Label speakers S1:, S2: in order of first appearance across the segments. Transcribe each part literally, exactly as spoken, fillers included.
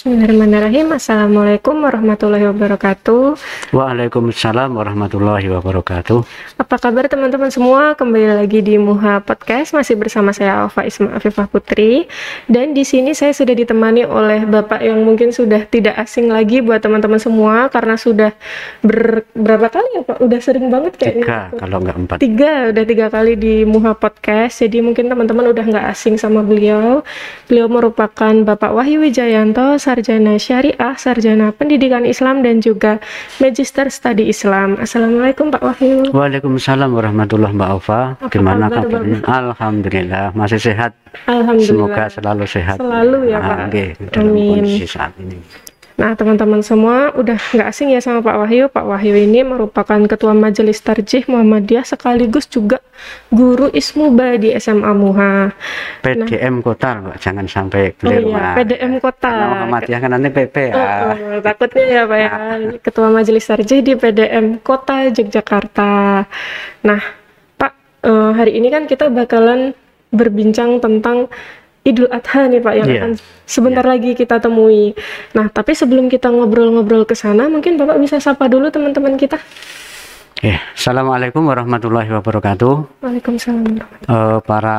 S1: Bismillahirrahmanirrahim. Assalamualaikum warahmatullahi wabarakatuh.
S2: Waalaikumsalam warahmatullahi wabarakatuh.
S1: Apa kabar teman-teman semua? Kembali lagi di Muha Podcast, masih bersama saya Alfa Isma Afifah Putri. Dan di sini saya sudah ditemani oleh Bapak yang mungkin sudah tidak asing lagi buat teman-teman semua, karena sudah ber, berapa kali ya Pak? Udah sering banget kayaknya.
S2: Tiga, kalau nggak empat.
S1: Tiga, udah tiga kali di Muha Podcast. Jadi mungkin teman-teman udah nggak asing sama beliau. Beliau merupakan Bapak Wahyu Wijayanto, sarjana syariah, sarjana pendidikan Islam, dan juga magister studi Islam. Assalamualaikum Pak Wahyu.
S2: Waalaikumsalam warahmatullahi wabarakatuh. Gimana
S1: kabar,
S2: kabarnya?
S1: Bapak?
S2: Alhamdulillah masih sehat.
S1: Alhamdulillah.
S2: Semoga selalu sehat.
S1: Selalu ya Pak.
S2: Ah, okay, dalam
S1: Amin.
S2: kondisi saat ini.
S1: Nah teman-teman semua udah nggak asing ya sama Pak Wahyu. Pak Wahyu ini merupakan Ketua Majelis Tarjih Muhammadiyah sekaligus juga guru Ismuba di S M A Muha.
S2: P D M Kota, Pak. Jangan sampai
S1: Oh
S2: keliru.
S1: iya,
S2: Nah,
S1: P D M Kota.
S2: Karena Muhammadiyah kan nanti P P ya.
S1: Oh, oh, takutnya ya Pak ya. Ketua Majelis Tarjih di P D M Kota Yogyakarta. Nah Pak, eh, hari ini kan kita bakalan berbincang tentang Idul Adha nih Pak, yang
S2: Iya.
S1: akan sebentar lagi kita temui. Nah, tapi sebelum kita ngobrol-ngobrol ke sana, mungkin Bapak bisa sapa dulu teman-teman kita.
S2: Eh, Assalamualaikum warahmatullahi wabarakatuh.
S1: Waalaikumsalam.
S2: Eh, para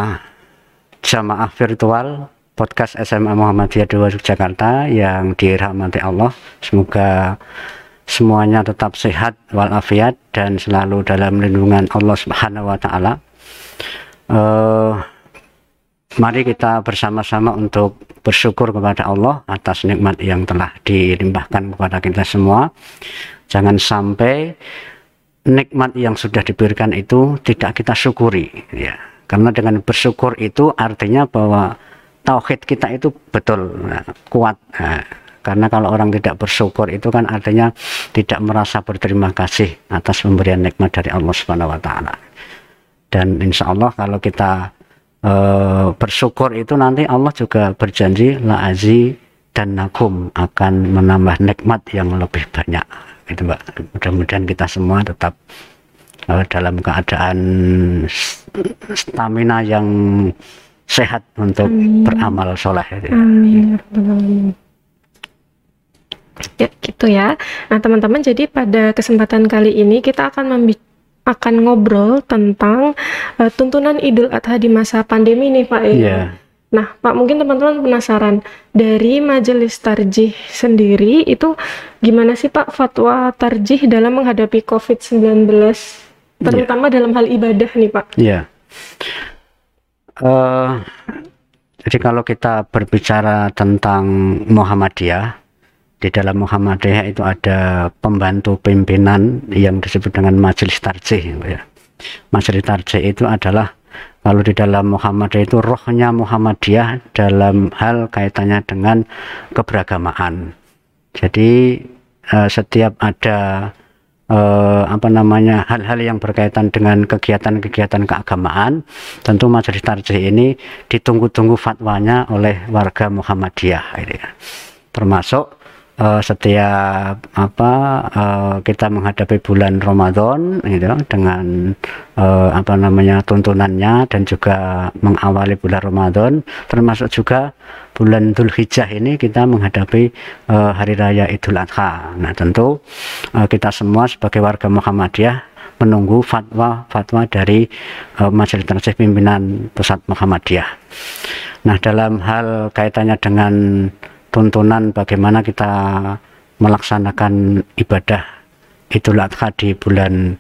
S2: jamaah virtual podcast S M A Muhammadiyah dua Yogyakarta yang dirahmati Allah, semoga semuanya tetap sehat walafiat dan selalu dalam lindungan Allah Subhanahu wa taala. Eh, mari kita bersama-sama untuk bersyukur kepada Allah atas nikmat yang telah dilimpahkan kepada kita semua. Jangan sampai nikmat yang sudah diberikan itu tidak kita syukuri, ya. Karena dengan bersyukur itu artinya bahwa tauhid kita itu betul, nah, kuat. Nah, karena kalau orang tidak bersyukur itu kan artinya tidak merasa berterima kasih atas pemberian nikmat dari Allah Subhanahu wa taala. Dan insya Allah kalau kita uh, bersyukur itu nanti Allah juga berjanji la'azi dan nakum akan menambah nikmat yang lebih banyak. Itu Mbak. Mudah-mudahan kita semua tetap uh, dalam keadaan stamina yang sehat untuk
S1: Amin.
S2: beramal soleh.
S1: Amin. Amin. Ya, gitu ya. Nah, teman-teman, jadi pada kesempatan kali ini kita akan membi- akan ngobrol tentang uh, tuntunan Idul Adha di masa pandemi nih Pak.
S2: Iya.
S1: Nah, Pak, mungkin teman-teman penasaran, dari Majelis Tarjih sendiri itu gimana sih Pak fatwa tarjih dalam menghadapi covid sembilan belas, terutama dalam hal ibadah nih Pak?
S2: Iya. Uh, jadi kalau kita berbicara tentang Muhammadiyah, di dalam Muhammadiyah itu ada pembantu pimpinan yang disebut dengan Majelis Tarjih, ya. Majelis Tarjih itu adalah, kalau di dalam Muhammadiyah itu rohnya Muhammadiyah dalam hal kaitannya dengan keberagamaan. Jadi eh, setiap ada eh, apa namanya hal-hal yang berkaitan dengan kegiatan-kegiatan keagamaan, tentu Majelis Tarjih ini ditunggu-tunggu fatwanya oleh warga Muhammadiyah, gitu ya. Termasuk Uh, setiap apa uh, kita menghadapi bulan Ramadan, gitu, dengan uh, apa namanya tuntunannya dan juga mengawali bulan Ramadan, termasuk juga bulan Dzulhijjah ini kita menghadapi uh, hari raya Idul Adha. Nah, tentu uh, kita semua sebagai warga Muhammadiyah menunggu fatwa-fatwa dari uh, Majelis Tarjih Pimpinan Pusat Muhammadiyah. Nah, dalam hal kaitannya dengan tuntunan bagaimana kita melaksanakan ibadah Idul Adha di bulan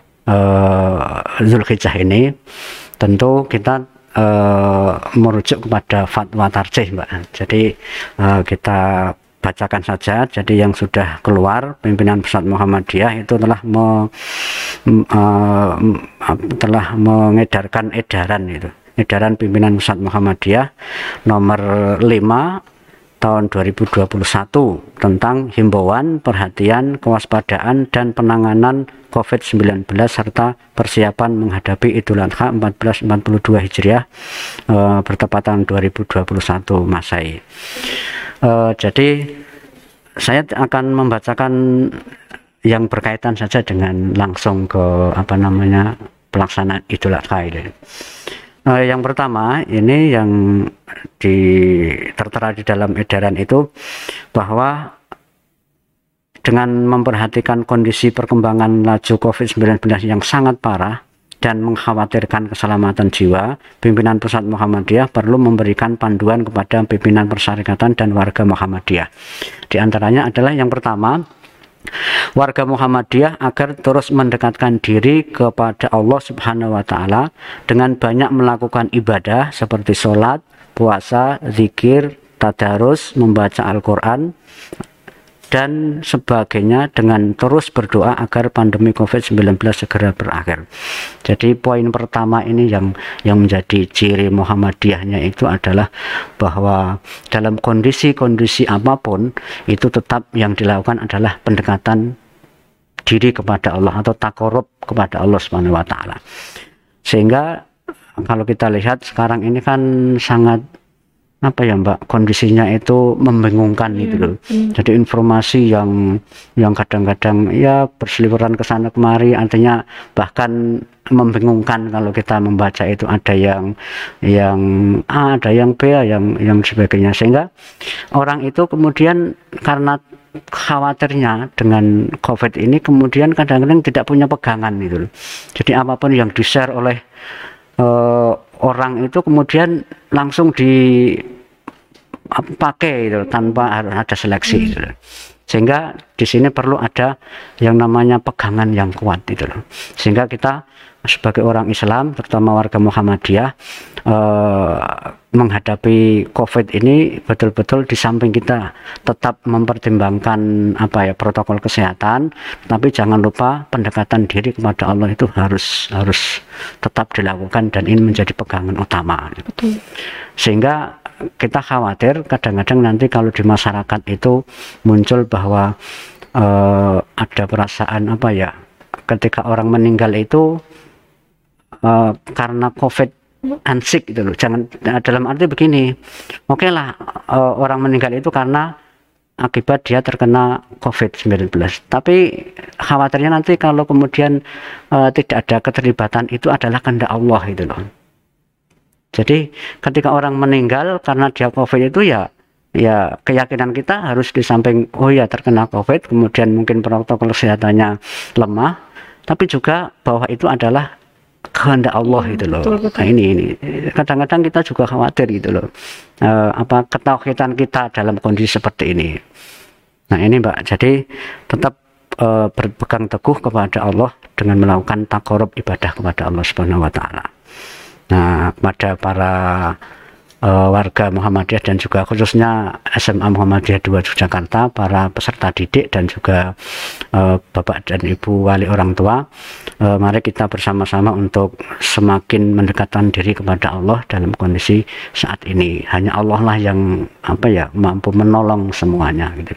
S2: uh, Dzulhijjah ini, tentu kita uh, merujuk kepada fatwa tarjih, Mbak. Jadi uh, kita bacakan saja. Jadi yang sudah keluar pimpinan Pusat Muhammadiyah itu telah me, uh, telah mengedarkan edaran itu. Edaran pimpinan Pusat Muhammadiyah nomor lima tahun dua ribu dua puluh satu tentang himbauan, perhatian, kewaspadaan dan penanganan covid sembilan belas serta persiapan menghadapi Idul Adha seribu empat ratus empat puluh dua Hijriah e, bertepatan dua ribu dua puluh satu Masehi. E, jadi saya akan membacakan yang berkaitan saja dengan langsung ke apa namanya pelaksanaan Idul Adha ini. Nah, yang pertama ini yang di tertera di dalam edaran itu bahwa dengan memperhatikan kondisi perkembangan laju covid sembilan belas yang sangat parah dan mengkhawatirkan keselamatan jiwa, pimpinan Pusat Muhammadiyah perlu memberikan panduan kepada pimpinan persyarikatan dan warga Muhammadiyah. Di antaranya adalah yang pertama, warga Muhammadiyah agar terus mendekatkan diri kepada Allah Subhanahu wa Ta'ala dengan banyak melakukan ibadah seperti sholat, puasa, zikir, tadarus, membaca Al-Quran dan sebagainya, dengan terus berdoa agar pandemi covid sembilan belas segera berakhir. Jadi poin pertama ini yang yang menjadi ciri Muhammadiyahnya itu adalah bahwa dalam kondisi-kondisi apapun itu tetap yang dilakukan adalah pendekatan diri kepada Allah atau takarub kepada Allah Subhanahu wa Ta'ala. Sehingga kalau kita lihat sekarang ini kan sangat apa ya Mbak, kondisinya itu membingungkan gitu loh. Hmm. Jadi informasi yang yang kadang-kadang ya berseliweran ke sana kemari, artinya bahkan membingungkan kalau kita membaca itu, ada yang yang A, ada yang B, yang yang sebagainya, sehingga orang itu kemudian karena khawatirnya dengan COVID ini kemudian kadang-kadang tidak punya pegangan gitu loh. Jadi apapun yang di-share oleh uh, orang itu kemudian langsung dipakai gitu, tanpa harus ada seleksi gitu. Sehingga di sini perlu ada yang namanya pegangan yang kuat gitu loh. Sehingga kita sebagai orang Islam, terutama warga Muhammadiyah, eh, menghadapi COVID ini betul-betul di samping kita tetap mempertimbangkan apa ya protokol kesehatan, tapi jangan lupa pendekatan diri kepada Allah itu harus harus tetap dilakukan, dan ini menjadi pegangan utama. Betul. Sehingga kita khawatir kadang-kadang nanti kalau di masyarakat itu muncul bahwa eh, ada perasaan apa ya, ketika orang meninggal itu Uh, karena COVID ansik gitu loh. Jangan, dalam arti begini, oke okay lah uh, orang meninggal itu karena akibat dia terkena COVID sembilan belas, tapi khawatirnya nanti kalau kemudian uh, tidak ada keterlibatan itu adalah kehendak Allah gitu loh. Jadi ketika orang meninggal karena dia COVID itu ya ya keyakinan kita harus di samping oh ya terkena COVID, kemudian mungkin protokol kesehatannya lemah, tapi juga bahwa itu adalah kehendak Allah itu loh. Betul, betul. Nah, ini ini kadang-kadang kita juga khawatir gitu loh, e, apa ketauhidan kita dalam kondisi seperti ini. Nah ini Mbak, jadi tetap e, berpegang teguh kepada Allah dengan melakukan takarub ibadah kepada Allah Subhanahu wa Ta'ala. Nah kepada para e, warga Muhammadiyah dan juga khususnya S M A Muhammadiyah dua Yogyakarta, para peserta didik dan juga e, Bapak dan Ibu wali orang tua, e, mari kita bersama-sama untuk semakin mendekatkan diri kepada Allah dalam kondisi saat ini. Hanya Allah lah yang apa ya mampu menolong semuanya gitu.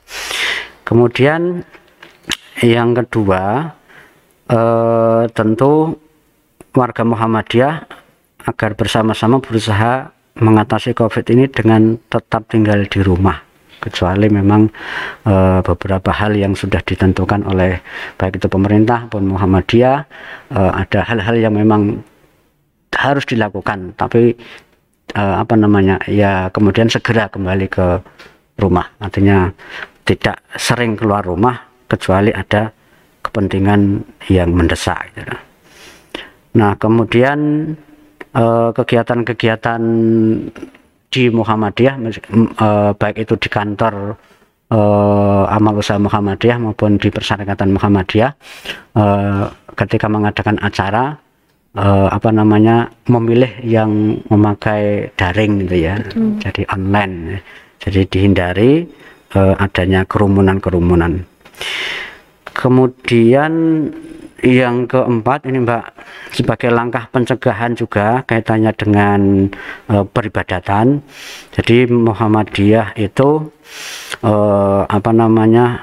S2: Kemudian yang kedua, e, tentu warga Muhammadiyah agar bersama-sama berusaha mengatasi COVID ini dengan tetap tinggal di rumah, kecuali memang e, beberapa hal yang sudah ditentukan oleh baik itu pemerintah maupun Muhammadiyah, e, ada hal-hal yang memang harus dilakukan, tapi e, apa namanya ya kemudian segera kembali ke rumah, artinya tidak sering keluar rumah kecuali ada kepentingan yang mendesak gitu. Nah kemudian kegiatan-kegiatan di Muhammadiyah, eh, baik itu di kantor eh, amal usaha Muhammadiyah maupun di persyarikatan Muhammadiyah, eh, ketika mengadakan acara eh, apa namanya memilih yang memakai daring gitu ya. Betul. Jadi online, jadi dihindari eh, adanya kerumunan-kerumunan. Kemudian yang keempat ini Mbak, sebagai langkah pencegahan juga kaitannya dengan e, peribadatan. Jadi Muhammadiyah itu e, apa namanya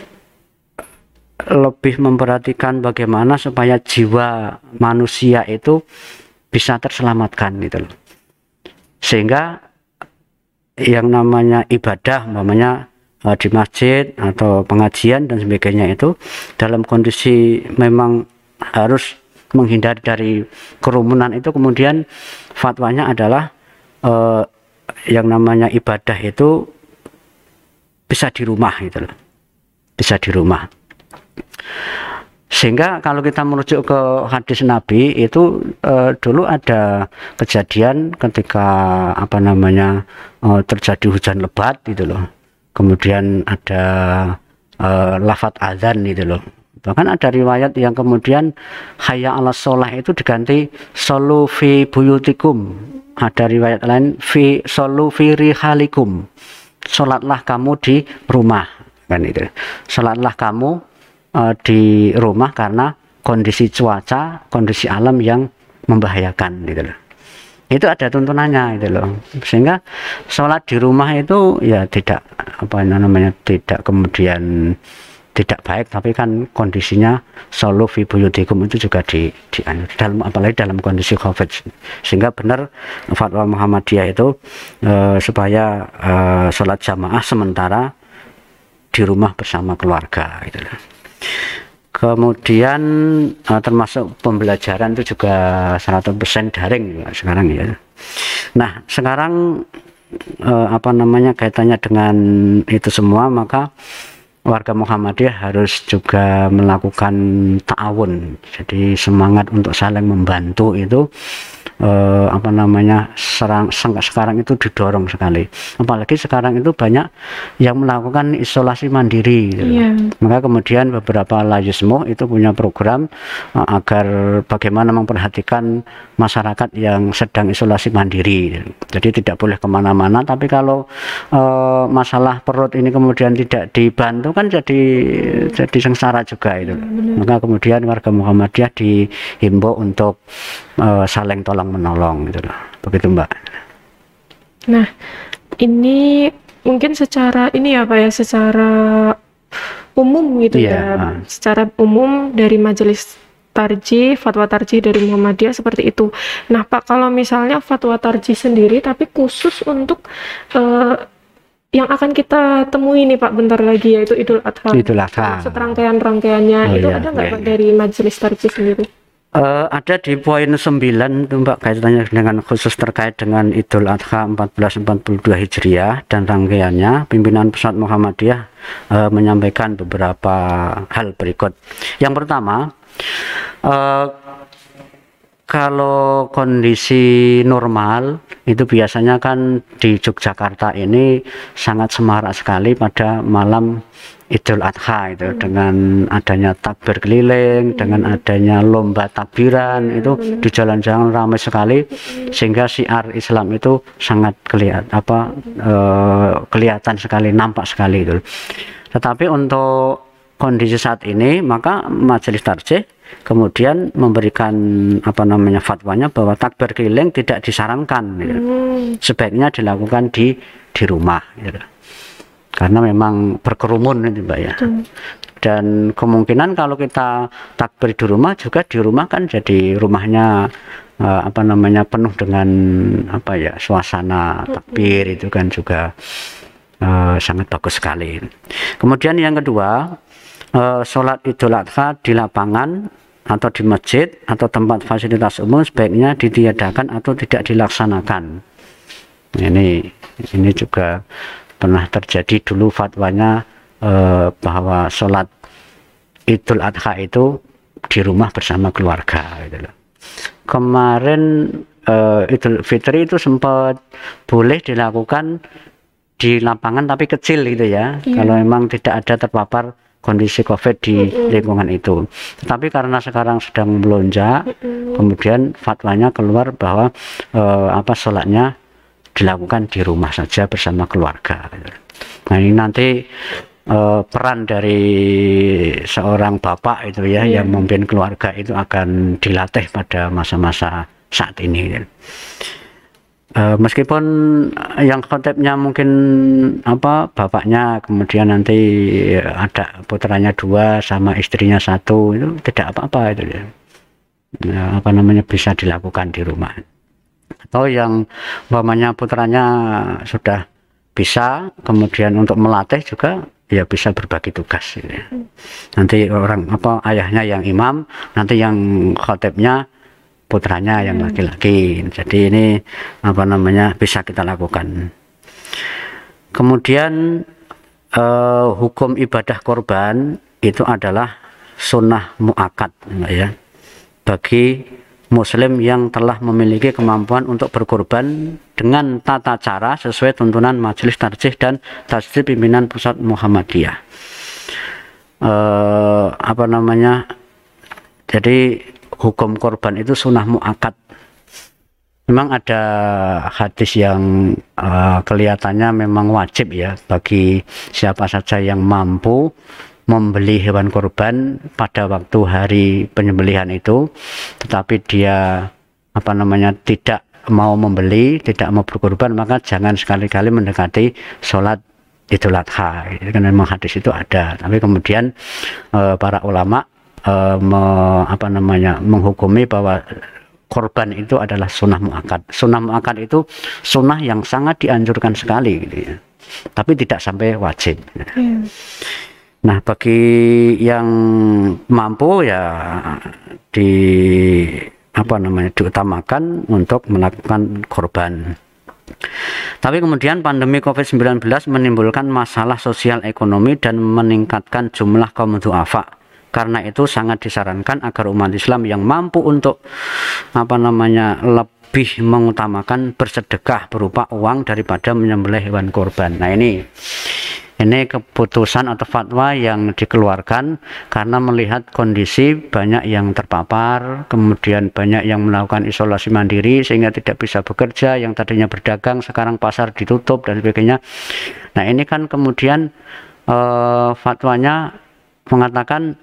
S2: lebih memperhatikan bagaimana supaya jiwa manusia itu bisa terselamatkan gitu loh. Sehingga yang namanya ibadah, umpamanya di masjid atau pengajian dan sebagainya itu dalam kondisi memang harus menghindari dari kerumunan itu, kemudian fatwanya adalah eh, yang namanya ibadah itu bisa di rumah gitu loh, bisa di rumah. Sehingga kalau kita merujuk ke hadis Nabi itu eh, dulu ada kejadian ketika apa namanya eh, terjadi hujan lebat gitu loh, kemudian ada eh, lafadz azan gitu loh. Bahkan ada riwayat yang kemudian hayya ala sholah itu diganti solu fi buyutikum. Ada riwayat lain fi solu fi rihalikum, sholatlah kamu di rumah, kan itu. Sholatlah kamu uh, di rumah karena kondisi cuaca, kondisi alam yang membahayakan gitu loh. Itu ada tuntunannya gitu loh. Sehingga sholat di rumah itu ya tidak apa namanya tidak kemudian tidak baik, tapi kan kondisinya solu fi buyutikum itu juga di, di dalam, apalagi dalam kondisi COVID. Sehingga benar fatwa Muhammadiyah itu e, supaya e, sholat jamaah sementara di rumah bersama keluarga gitu. Kemudian e, termasuk pembelajaran itu juga seratus persen daring ya, sekarang ya. Nah sekarang e, apa namanya kaitannya dengan itu semua, maka warga Muhammadiyah harus juga melakukan ta'awun, jadi semangat untuk saling membantu itu eh, apa namanya serang, sekarang itu didorong sekali, apalagi sekarang itu banyak yang melakukan isolasi mandiri gitu. Yeah. Maka kemudian beberapa layismo itu punya program eh, agar bagaimana memperhatikan masyarakat yang sedang isolasi mandiri, jadi tidak boleh kemana-mana, tapi kalau eh, masalah perut ini kemudian tidak dibantu kan jadi jadi sengsara juga itu. Ya, maka kemudian warga Muhammadiyah dihimbau untuk uh, saling tolong menolong gitu loh. Begitu Mbak.
S1: Nah, ini mungkin secara ini ya Pak ya, secara umum gitu ya, ya. Uh. Secara umum dari Majelis Tarjih, fatwa tarjih dari Muhammadiyah seperti itu. Nah Pak, kalau misalnya fatwa tarjih sendiri tapi khusus untuk uh, yang akan kita temui nih Pak bentar lagi, yaitu Idul Adha.
S2: Idul Adha.
S1: Serangkaian-rangkaiannya oh, itu iya, ada nggak iya, Pak iya. dari Majelis Tarjih sendiri?
S2: Uh, ada di poin sembilan itu Mbak, kaitannya dengan khusus terkait dengan Idul Adha seribu empat ratus empat puluh dua Hijriah dan rangkaiannya. Pimpinan Pusat Muhammadiyah uh, menyampaikan beberapa hal berikut. Yang pertama, uh, kalau kondisi normal itu biasanya kan di Yogyakarta ini sangat semarak sekali pada malam Idul Adha itu, hmm. dengan adanya takbir keliling, hmm. dengan adanya lomba takbiran, hmm. itu di jalan-jalan ramai sekali, hmm. sehingga syiar Islam itu sangat kelihatan apa uh, kelihatan sekali, nampak sekali itu. Tetapi untuk kondisi saat ini, maka Majelis Tarjih kemudian memberikan apa namanya fatwanya bahwa takbir keliling tidak disarankan gitu. Hmm. Sebaiknya dilakukan di di rumah gitu. Karena memang berkerumun itu Mbak ya. Hmm. Dan kemungkinan kalau kita takbir di rumah juga di rumah kan jadi rumahnya uh, apa namanya penuh dengan apa ya suasana takbir, hmm. itu kan juga uh, sangat bagus sekali. Kemudian yang kedua, uh, sholat Idul Adha di lapangan atau di masjid atau tempat fasilitas umum sebaiknya ditiadakan atau tidak dilaksanakan. Ini ini juga pernah terjadi dulu fatwanya eh, bahwa sholat Idul Adha itu di rumah bersama keluarga gitu loh. Kemarin eh, Idul Fitri itu sempat boleh dilakukan di lapangan tapi kecil gitu ya, yeah. Kalau memang tidak ada terpapar kondisi COVID di mm-hmm. lingkungan itu. Tetapi karena sekarang sedang melonjak, mm-hmm. kemudian fatwanya keluar bahwa eh, apa sholatnya dilakukan di rumah saja bersama keluarga. Nah ini nanti eh, peran dari seorang bapak itu ya, yeah. yang memimpin keluarga itu akan dilatih pada masa-masa saat ini. Uh, meskipun yang konsepnya mungkin apa bapaknya kemudian nanti ada putranya dua sama istrinya satu, itu tidak apa-apa itu ya. Nah, apa namanya bisa dilakukan di rumah. Atau yang umpamanya putranya sudah bisa kemudian untuk melatih juga ya bisa berbagi tugas gitu ya. Nanti orang apa ayahnya yang imam, nanti yang khotibnya putranya yang laki-laki. Jadi ini apa namanya bisa kita lakukan. Kemudian eh, hukum ibadah korban itu adalah sunnah muakkad ya, bagi muslim yang telah memiliki kemampuan untuk berkorban dengan tata cara sesuai tuntunan Majelis Tarjih dan Tasdid Pimpinan Pusat Muhammadiyah. Eh, apa namanya? Jadi hukum korban itu sunnah muakkad. Memang ada hadis yang uh, kelihatannya memang wajib ya bagi siapa saja yang mampu membeli hewan korban pada waktu hari penyembelihan itu, tetapi dia apa namanya tidak mau membeli, tidak mau berkorban, maka jangan sekali-kali mendekati sholat Idul Adha. Itu kan memang hadis itu ada. Tapi kemudian uh, para ulama uh, me, apa namanya menghukumi bahwa korban itu adalah sunnah muakkad. Sunnah muakkad itu sunnah yang sangat dianjurkan sekali gitu ya. Tapi tidak sampai wajib. Hmm. Nah, bagi yang mampu ya di apa namanya diutamakan untuk melakukan korban. Tapi kemudian pandemi covid sembilan belas menimbulkan masalah sosial ekonomi dan meningkatkan jumlah kaum du'afa. Karena itu sangat disarankan agar umat Islam yang mampu untuk apa namanya lebih mengutamakan bersedekah berupa uang daripada menyembelih hewan korban. Nah ini ini keputusan atau fatwa yang dikeluarkan karena melihat kondisi banyak yang terpapar, kemudian banyak yang melakukan isolasi mandiri sehingga tidak bisa bekerja, yang tadinya berdagang sekarang pasar ditutup dan sebagainya. Nah ini kan kemudian eh, fatwanya mengatakan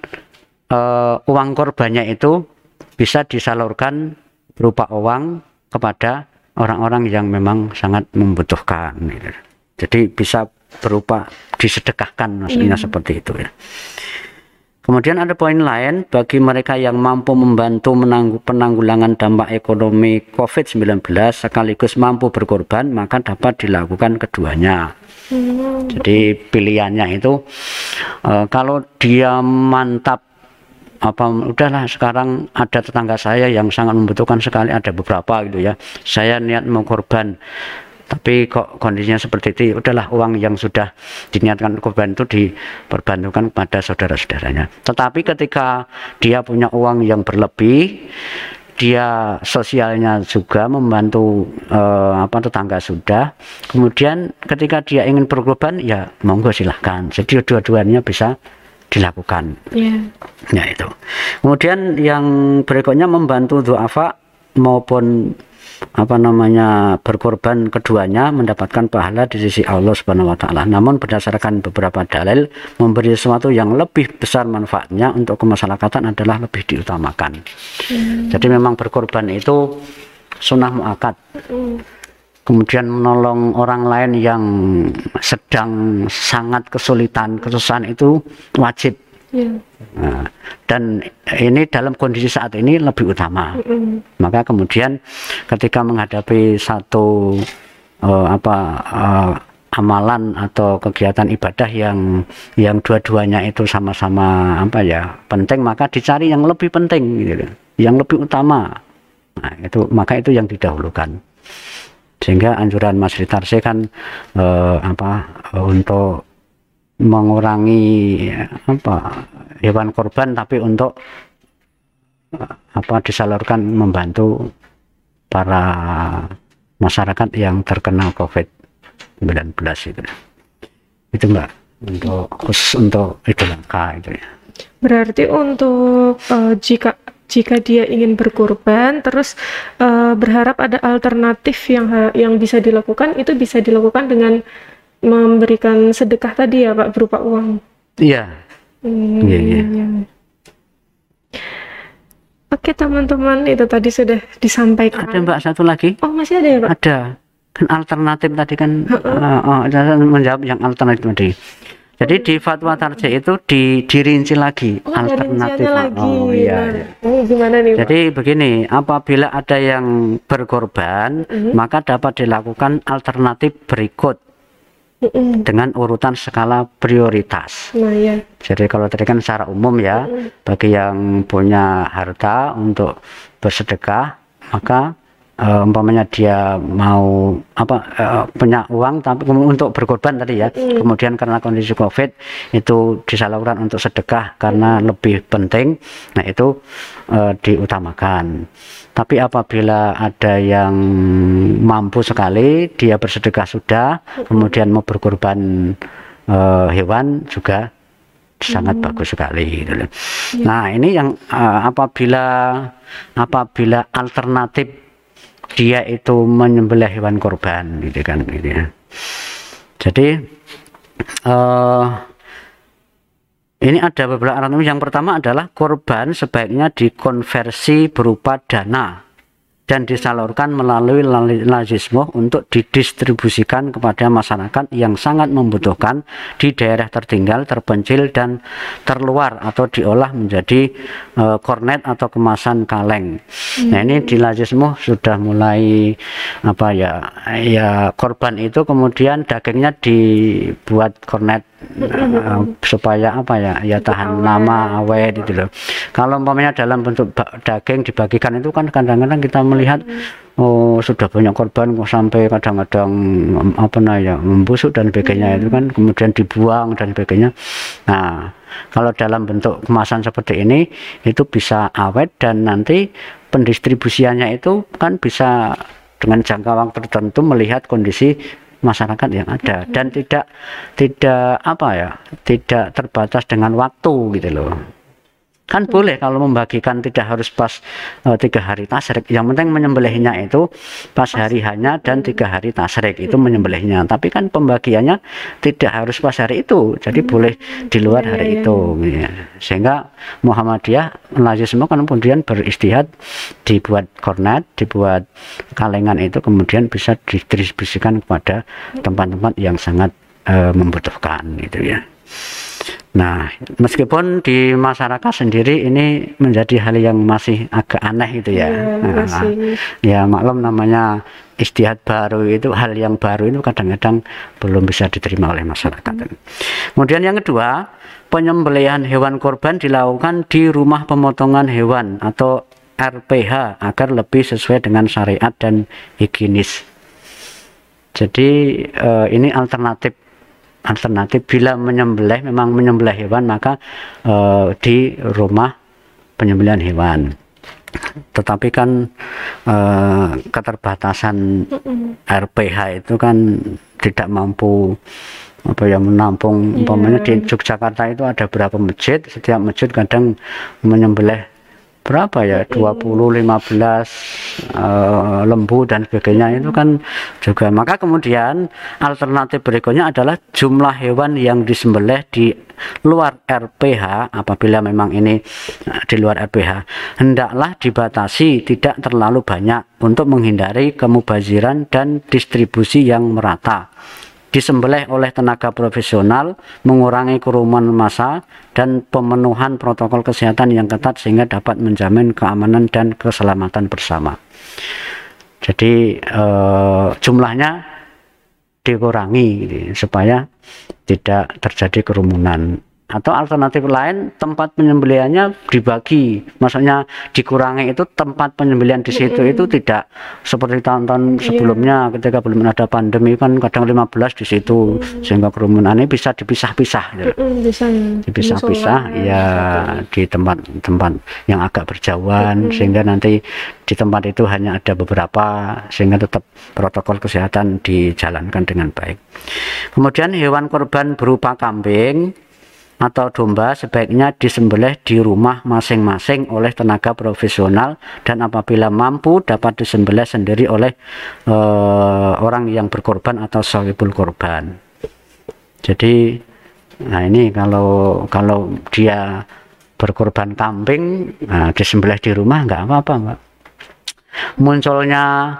S2: uh, uang korbannya itu bisa disalurkan berupa uang kepada orang-orang yang memang sangat membutuhkan gitu. Jadi bisa berupa disedekahkan maksudnya hmm. seperti itu ya. Kemudian ada poin lain bagi mereka yang mampu membantu menanggu penanggulangan dampak ekonomi covid sembilan belas sekaligus mampu berkorban, maka dapat dilakukan keduanya. Hmm. Jadi pilihannya itu e, kalau dia mantap apa udahlah sekarang ada tetangga saya yang sangat membutuhkan sekali, ada beberapa gitu ya, saya niat mau korban tapi kok kondisinya seperti itu, udahlah uang yang sudah diniatkan korban itu diperbantukan kepada saudara-saudaranya. Tetapi ketika dia punya uang yang berlebih, dia sosialnya juga membantu eh, apa tetangga sudah, kemudian ketika dia ingin berkorban ya monggo silahkan. Jadi dua-duanya bisa dilakukan. Yeah. Ya itu. Kemudian yang berikutnya membantu du'afa maupun apa namanya berkorban, keduanya mendapatkan pahala di sisi Allah Subhanahu wa taala. Namun berdasarkan beberapa dalil memberi sesuatu yang lebih besar manfaatnya untuk kemasyarakatan adalah lebih diutamakan. Hmm. Jadi memang berkorban itu sunnah muakkad. Hmm. Kemudian menolong orang lain yang sedang sangat kesulitan, kesusahan itu wajib. Yeah. Nah, dan ini dalam kondisi saat ini lebih utama. Mm-hmm. Maka kemudian ketika menghadapi satu uh, apa uh, amalan atau kegiatan ibadah yang yang dua-duanya itu sama-sama apa ya penting, maka dicari yang lebih penting, gitu, yang lebih utama. Nah, itu maka itu yang didahulukan. Sehingga anjuran Majelis Tarjih kan uh, apa uh, untuk mengurangi apa hewan korban, tapi untuk apa disalurkan membantu para masyarakat yang terkena covid sembilan belas itu. Itu Mbak, untuk khusus untuk Idul Adha itu ya.
S1: Berarti untuk uh, jika jika dia ingin berkorban terus uh, berharap ada alternatif yang yang bisa dilakukan, itu bisa dilakukan dengan memberikan sedekah tadi ya Pak, berupa uang.
S2: Iya.
S1: Hmm, iya, iya. iya. Oke teman-teman, itu tadi sudah disampaikan.
S2: Ada Mbak satu lagi?
S1: Oh masih ada ya Pak? Ada.
S2: Kan alternatif tadi kan uh, uh, menjawab yang alternatif tadi. Jadi di fatwa Tarjih itu di, dirinci lagi oh, alternatif.
S1: Lagi.
S2: Oh iya.
S1: Oh, gimana nih Pak?
S2: Jadi begini, apabila ada yang berkorban, mm-hmm. maka dapat dilakukan alternatif berikut.
S1: Mm-mm.
S2: dengan urutan skala prioritas.
S1: Nah, ya.
S2: Jadi kalau tadi kan secara umum ya,
S1: Mm-mm.
S2: bagi yang punya harta untuk bersedekah, maka uh, umpamanya dia mau apa uh, punya uang tapi untuk berkorban tadi ya,
S1: Mm-mm.
S2: kemudian karena kondisi COVID itu disalurkan untuk sedekah karena
S1: Mm-mm.
S2: lebih penting, nah itu uh, diutamakan. Tapi apabila ada yang mampu sekali, dia bersedekah sudah,
S1: Mm-mm.
S2: kemudian mau berkorban uh, hewan juga sangat
S1: Mm.
S2: bagus sekali gitu loh.
S1: Ya.
S2: Nah, ini yang uh, apabila apabila alternatif dia itu menyembelih hewan korban gitu kan gitu ya. Jadi uh, ini ada beberapa alternatif. Yang pertama adalah korban sebaiknya dikonversi berupa dana dan disalurkan melalui lazismo untuk didistribusikan kepada masyarakat yang sangat membutuhkan di daerah tertinggal, terpencil, dan terluar, atau diolah menjadi uh, kornet atau kemasan kaleng. Hmm. Nah, ini di lazismo sudah mulai apa ya, ya korban itu kemudian dagingnya dibuat kornet uh, supaya apa ya, ya tahan lama, awet gitu loh. Kalau umpamanya dalam bentuk daging dibagikan itu kan kadang-kadang kita melihat oh sudah banyak korban kok sampai kadang-kadang apa nah ya membusuk dan sebagainya, itu kan kemudian dibuang dan sebagainya. Nah, kalau dalam bentuk kemasan seperti ini itu bisa awet dan nanti pendistribusiannya itu kan bisa dengan jangka waktu tertentu melihat kondisi masyarakat yang ada dan tidak tidak apa ya, tidak terbatas dengan waktu gitu loh. Kan boleh kalau membagikan tidak harus pas uh, tiga hari tasrik, yang penting menyembelihnya itu pas hari hanya dan tiga hari tasrik itu menyembelihnya, tapi kan pembagiannya tidak harus pas hari itu, jadi boleh di luar hari itu ya. Sehingga Muhammadiyah lazisme kan kemudian beristihad dibuat kornet, dibuat kalengan itu kemudian bisa didistribusikan kepada tempat-tempat yang sangat uh, membutuhkan gitu ya. Nah, meskipun di masyarakat sendiri ini menjadi hal yang masih agak aneh gitu ya.
S1: Ya,
S2: nah, ya maklum namanya istihad baru itu, hal yang baru itu kadang-kadang belum bisa diterima oleh masyarakat. Hmm. Kemudian yang kedua, penyembelihan hewan korban dilakukan di rumah pemotongan hewan atau R P H agar lebih sesuai dengan syariat dan higienis. Jadi eh, ini alternatif alternatif bila menyembelih, memang menyembelih hewan maka uh, di rumah penyembelihan hewan. Tetapi kan uh, keterbatasan R P H itu kan tidak mampu apa ya menampung. Yeah. Umpamanya di Yogyakarta itu ada berapa masjid, setiap masjid kadang menyembelih berapa ya, dua puluh, lima belas uh, lembu dan sebagainya, itu kan juga. Maka kemudian alternatif berikutnya adalah jumlah hewan yang disembelih di luar R P H, apabila memang ini uh, di luar R P H, hendaklah dibatasi tidak terlalu banyak untuk menghindari kemubaziran dan distribusi yang merata. Disembelih oleh tenaga profesional, mengurangi kerumunan massa dan pemenuhan protokol kesehatan yang ketat sehingga dapat menjamin keamanan dan keselamatan bersama. Jadi eh, jumlahnya dikurangi gitu, supaya tidak terjadi kerumunan. Atau alternatif lain, tempat penyembelihannya dibagi, maksudnya dikurangi, itu tempat penyembelihan di situ mm-hmm. itu tidak seperti tahun-tahun sebelumnya. Yeah. Ketika belum ada pandemi kan kadang lima belas di situ, mm-hmm. sehingga kerumunan ini bisa dipisah-pisah gitu.
S1: Mm-hmm. Bisa
S2: dipisah-pisah ya di tempat-tempat yang agak berjauhan, mm-hmm. sehingga nanti di tempat itu hanya ada beberapa, sehingga tetap protokol kesehatan dijalankan dengan baik. Kemudian hewan korban berupa kambing atau domba sebaiknya disembelih di rumah masing-masing oleh tenaga profesional, dan apabila mampu dapat disembelih sendiri oleh uh, orang yang berkorban atau sahibul korban. Jadi nah ini kalau kalau dia berkorban kambing, nah, disembelih di rumah nggak apa-apa, Mbak. Munculnya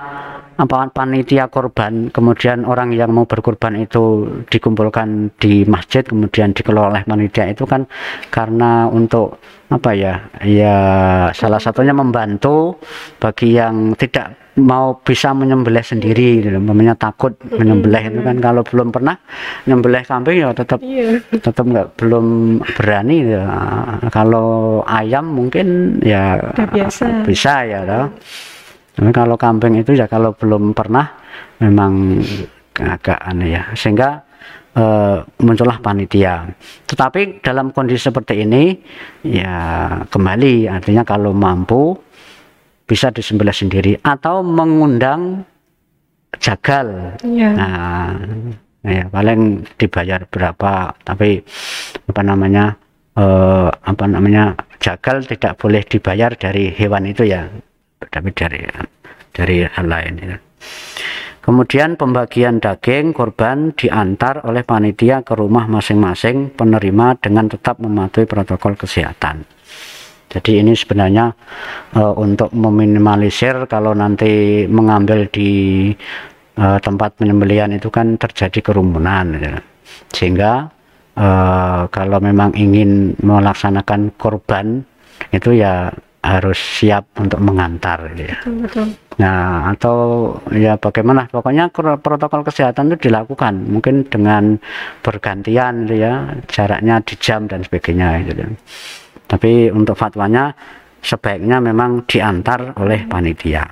S2: apa panitia korban, kemudian orang yang mau berkorban itu dikumpulkan di masjid, kemudian dikelola oleh panitia itu kan karena untuk apa ya, ya salah satunya membantu bagi yang tidak mau bisa menyembelih sendiri, namanya takut menyembelih itu kan, kalau belum pernah menyembelih kambing ya tetap
S1: Iya.
S2: tetap nggak belum berani ya. Kalau ayam mungkin ya
S1: Udah biasa.
S2: bisa ya toh. Tapi kalau kambing itu ya kalau belum pernah memang agak aneh ya, sehingga uh, muncullah panitia. Tetapi dalam kondisi seperti ini ya kembali, artinya kalau mampu bisa disembelih sendiri atau mengundang jagal.
S1: Iya.
S2: Nah, ya paling dibayar berapa, tapi apa namanya eh, apa namanya jagal tidak boleh dibayar dari hewan itu ya, tapi dari dari hal lain ya. Kemudian pembagian daging korban diantar oleh panitia ke rumah masing-masing penerima dengan tetap mematuhi protokol kesehatan. Jadi ini sebenarnya uh, untuk meminimalisir kalau nanti mengambil di uh, tempat penyembelihan itu kan terjadi kerumunan, ya. Sehingga uh, kalau memang ingin melaksanakan korban itu ya harus siap untuk mengantar, ya.
S1: Betul, betul.
S2: Nah, atau ya bagaimana, pokoknya protokol kesehatan itu dilakukan mungkin dengan bergantian, ya, jaraknya di jam dan sebagainya, gitu. Tapi untuk fatwanya sebaiknya memang diantar oleh panitia.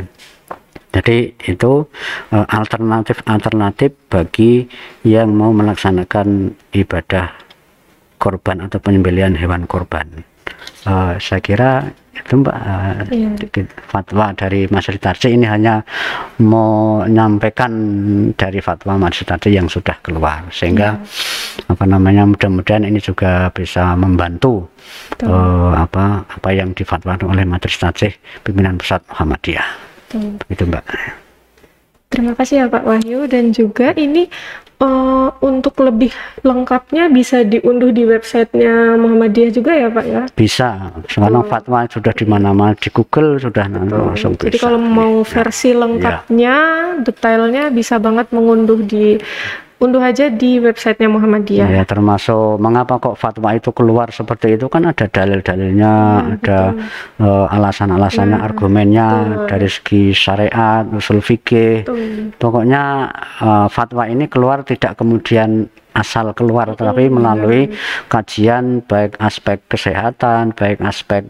S2: Jadi itu alternatif-alternatif bagi yang mau melaksanakan ibadah korban atau penyembelihan hewan korban. Uh, saya kira itu Mbak, uh,
S1: Iya.
S2: fatwa dari Majelis Tarjih ini hanya menyampaikan dari fatwa Majelis Tarjih yang sudah keluar, sehingga apa namanya mudah-mudahan ini juga bisa membantu uh, apa apa yang difatwakan oleh Majelis Tarjih Pimpinan Pusat Muhammadiyah.
S1: Betul.
S2: Itu Mbak.
S1: Terima kasih ya Pak Wahyu, dan juga ini uh, untuk lebih lengkapnya bisa diunduh di websitenya Muhammadiyah juga ya Pak ya?
S2: Bisa, sekarang fatwa sudah di mana-mana, di Google sudah nanti langsung bisa.
S1: Jadi kalau mau versi lengkapnya, ya, detailnya bisa banget mengunduh di unduh aja di websitenya Muhammadiyah.
S2: Ya, termasuk mengapa kok fatwa itu keluar seperti itu kan ada dalil-dalilnya, hmm, ada uh, alasan-alasannya, nah, argumennya, betul, dari segi syariat, usul fikih. Betul. Pokoknya uh, fatwa ini keluar tidak kemudian asal keluar, tetapi hmm, melalui kajian baik aspek kesehatan, baik aspek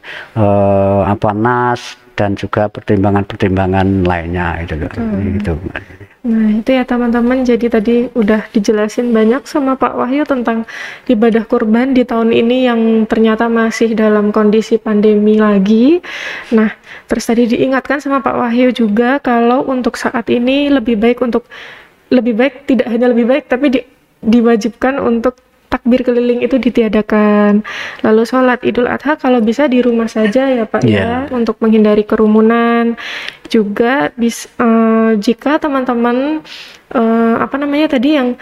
S2: uh, apa nas dan juga pertimbangan-pertimbangan lainnya itu. Hmm. Gitu.
S1: Nah itu ya teman-teman, jadi tadi udah dijelasin banyak sama Pak Wahyu tentang ibadah kurban di tahun ini yang ternyata masih dalam kondisi pandemi lagi. Nah terus tadi diingatkan sama Pak Wahyu juga kalau untuk saat ini lebih baik untuk lebih baik tidak hanya lebih baik tapi di, diwajibkan untuk takbir keliling itu ditiadakan. Lalu sholat Idul Adha kalau bisa di rumah saja ya Pak, yeah, ya, untuk menghindari kerumunan. Juga bis, uh, jika teman-teman uh, apa namanya tadi yang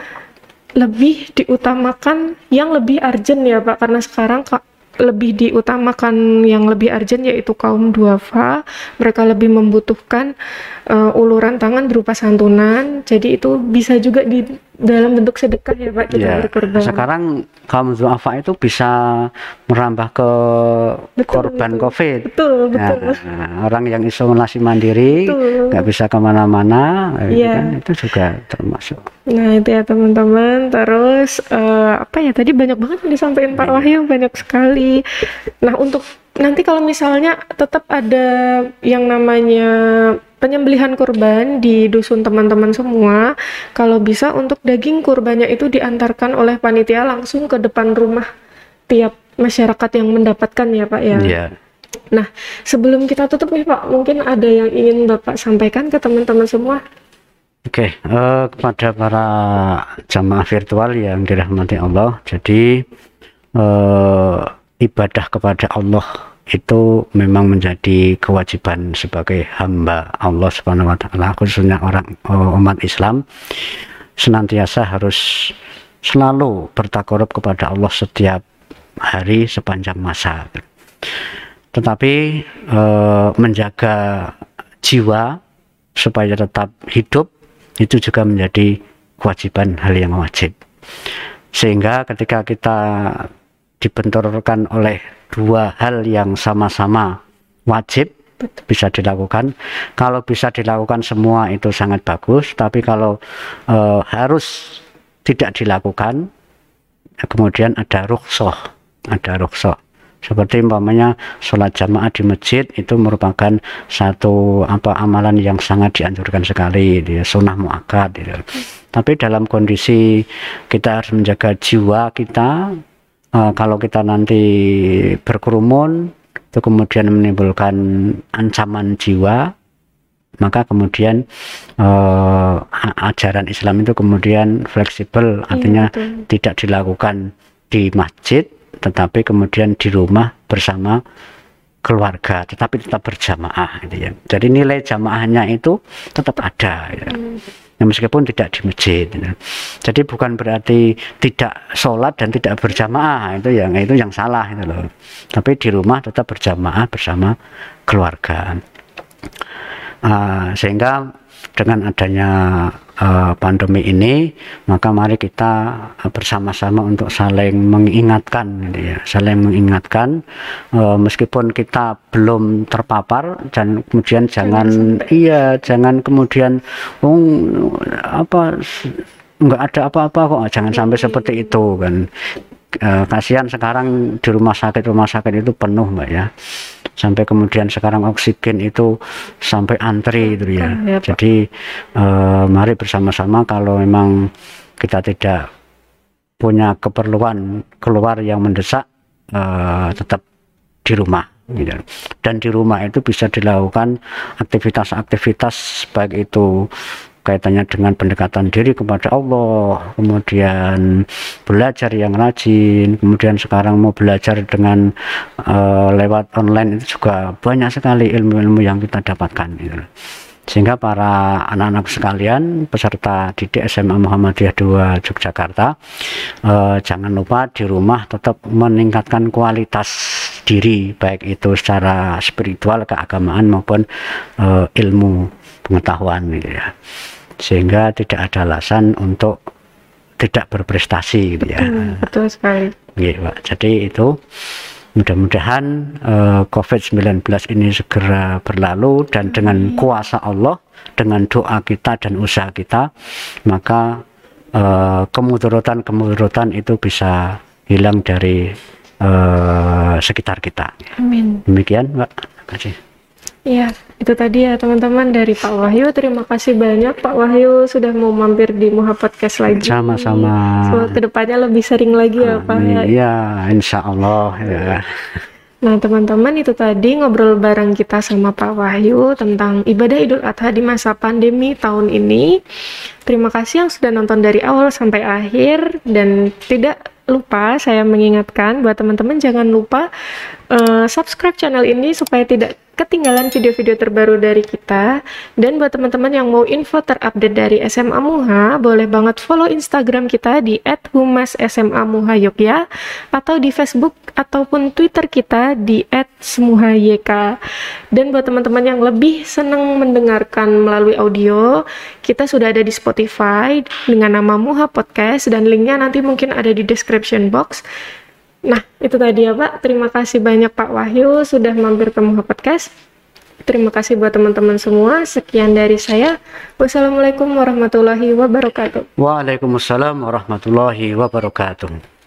S1: lebih diutamakan yang lebih urgent ya Pak, karena sekarang Kak lebih diutamakan yang lebih urgent yaitu kaum duafa, mereka lebih membutuhkan uh, uluran tangan berupa santunan, jadi itu bisa juga di dalam bentuk sedekah ya Pak, kita
S2: ya,
S1: berkorban.
S2: Sekarang kaum duafa itu bisa merambah ke betul, korban betul. COVID.
S1: Betul, betul.
S2: Nah, orang yang isolasi mandiri nggak bisa kemana-mana, ya, kan, itu juga termasuk.
S1: Nah itu ya teman-teman. Terus uh, apa ya tadi banyak banget yang disampaikan Pak Wahyu, banyak sekali. Nah untuk nanti kalau misalnya tetap ada yang namanya penyembelihan kurban di dusun teman-teman semua, kalau bisa untuk daging kurbannya itu diantarkan oleh panitia langsung ke depan rumah tiap masyarakat yang mendapatkan ya Pak ya.
S2: Yeah.
S1: Nah sebelum kita tutup nih Pak, mungkin ada yang ingin Bapak sampaikan ke teman-teman semua?
S2: Oke, okay, uh, kepada para jamaah virtual yang dirahmati Allah, jadi uh, ibadah kepada Allah itu memang menjadi kewajiban sebagai hamba Allah Subhanahu wa taala, khususnya orang uh, umat Islam senantiasa harus selalu bertakarub kepada Allah setiap hari sepanjang masa. Tetapi uh, menjaga jiwa supaya tetap hidup, itu juga menjadi kewajiban, hal yang wajib. Sehingga ketika kita dibenturkan oleh dua hal yang sama-sama wajib, bisa dilakukan. Kalau bisa dilakukan semua itu sangat bagus, tapi kalau e, harus tidak dilakukan, kemudian ada rukhsah, ada rukhsah. Seperti umpamanya sholat jamaah di masjid itu merupakan satu apa amalan yang sangat dianjurkan sekali, dia sunnah muakkad. Gitu. Tapi dalam kondisi kita harus menjaga jiwa kita, uh, kalau kita nanti berkerumun itu kemudian menimbulkan ancaman jiwa, maka kemudian uh, ajaran Islam itu kemudian fleksibel, artinya iya, tidak dilakukan di masjid, tetapi kemudian di rumah bersama keluarga, tetapi tetap berjamaah gitu ya. Jadi nilai jamaahnya itu tetap ada ya. Ya, meskipun tidak di masjid ya. Jadi bukan berarti tidak sholat dan tidak berjamaah, itu yang itu yang salah itu loh. Tapi di rumah tetap berjamaah bersama keluarga. Uh, sehingga dengan adanya uh, pandemi ini, maka mari kita uh, bersama-sama untuk saling mengingatkan, gitu ya, saling mengingatkan, uh, meskipun kita belum terpapar, dan kemudian jangan, iya, jangan kemudian, oh, apa, nggak ada apa-apa kok, jangan sampai seperti itu kan. Uh, kasihan sekarang di rumah sakit rumah sakit itu penuh mbak ya, sampai kemudian sekarang oksigen itu sampai antri itu ya. Ya jadi uh, mari bersama-sama, kalau memang kita tidak punya keperluan keluar yang mendesak, uh, tetap di rumah gitu. Dan di rumah itu bisa dilakukan aktivitas-aktivitas baik itu kaitannya dengan pendekatan diri kepada Allah, kemudian belajar yang rajin, kemudian sekarang mau belajar dengan uh, lewat online itu juga banyak sekali ilmu-ilmu yang kita dapatkan gitu. Sehingga para anak-anak sekalian peserta didik S M A Muhammadiyah dua Yogyakarta, uh, jangan lupa di rumah tetap meningkatkan kualitas diri, baik itu secara spiritual, keagamaan maupun uh, ilmu pengetahuan gitu ya. Sehingga tidak ada alasan untuk tidak berprestasi gitu ya.
S1: Hmm, betul sekali.
S2: Gitu, Pak. Jadi itu mudah-mudahan uh, covid sembilan belas ini segera berlalu, dan dengan kuasa Allah, dengan doa kita dan usaha kita, maka uh, kemudaratan-kemudaratan itu bisa hilang dari uh, sekitar kita.
S1: Amin.
S2: Demikian, Pak. Terima kasih.
S1: Iya, itu tadi ya teman-teman dari Pak Wahyu. Terima kasih banyak Pak Wahyu sudah mau mampir di Muha Podcast lagi.
S2: Sama-sama.
S1: Semoga kedepannya lebih sering lagi ya Pak.
S2: Iya, insya Allah ya.
S1: Nah teman-teman, itu tadi ngobrol bareng kita sama Pak Wahyu tentang ibadah Idul Adha di masa pandemi tahun ini. Terima kasih yang sudah nonton dari awal sampai akhir, dan tidak lupa saya mengingatkan buat teman-teman jangan lupa uh, subscribe channel ini supaya tidak ketinggalan video-video terbaru dari kita. Dan buat teman-teman yang mau info terupdate dari S M A Muha, boleh banget follow Instagram kita di et humas S M A Muha Yogya, atau di Facebook ataupun Twitter kita di et smuhayk. Dan buat teman-teman yang lebih senang mendengarkan melalui audio, kita sudah ada di Spotify dengan nama Muha Podcast, dan linknya nanti mungkin ada di description box. Nah, itu tadi ya Pak. Terima kasih banyak Pak Wahyu sudah mampir ke Muha Podcast. Terima kasih buat teman-teman semua. Sekian dari saya. Wassalamualaikum warahmatullahi wabarakatuh.
S2: Waalaikumsalam warahmatullahi wabarakatuh.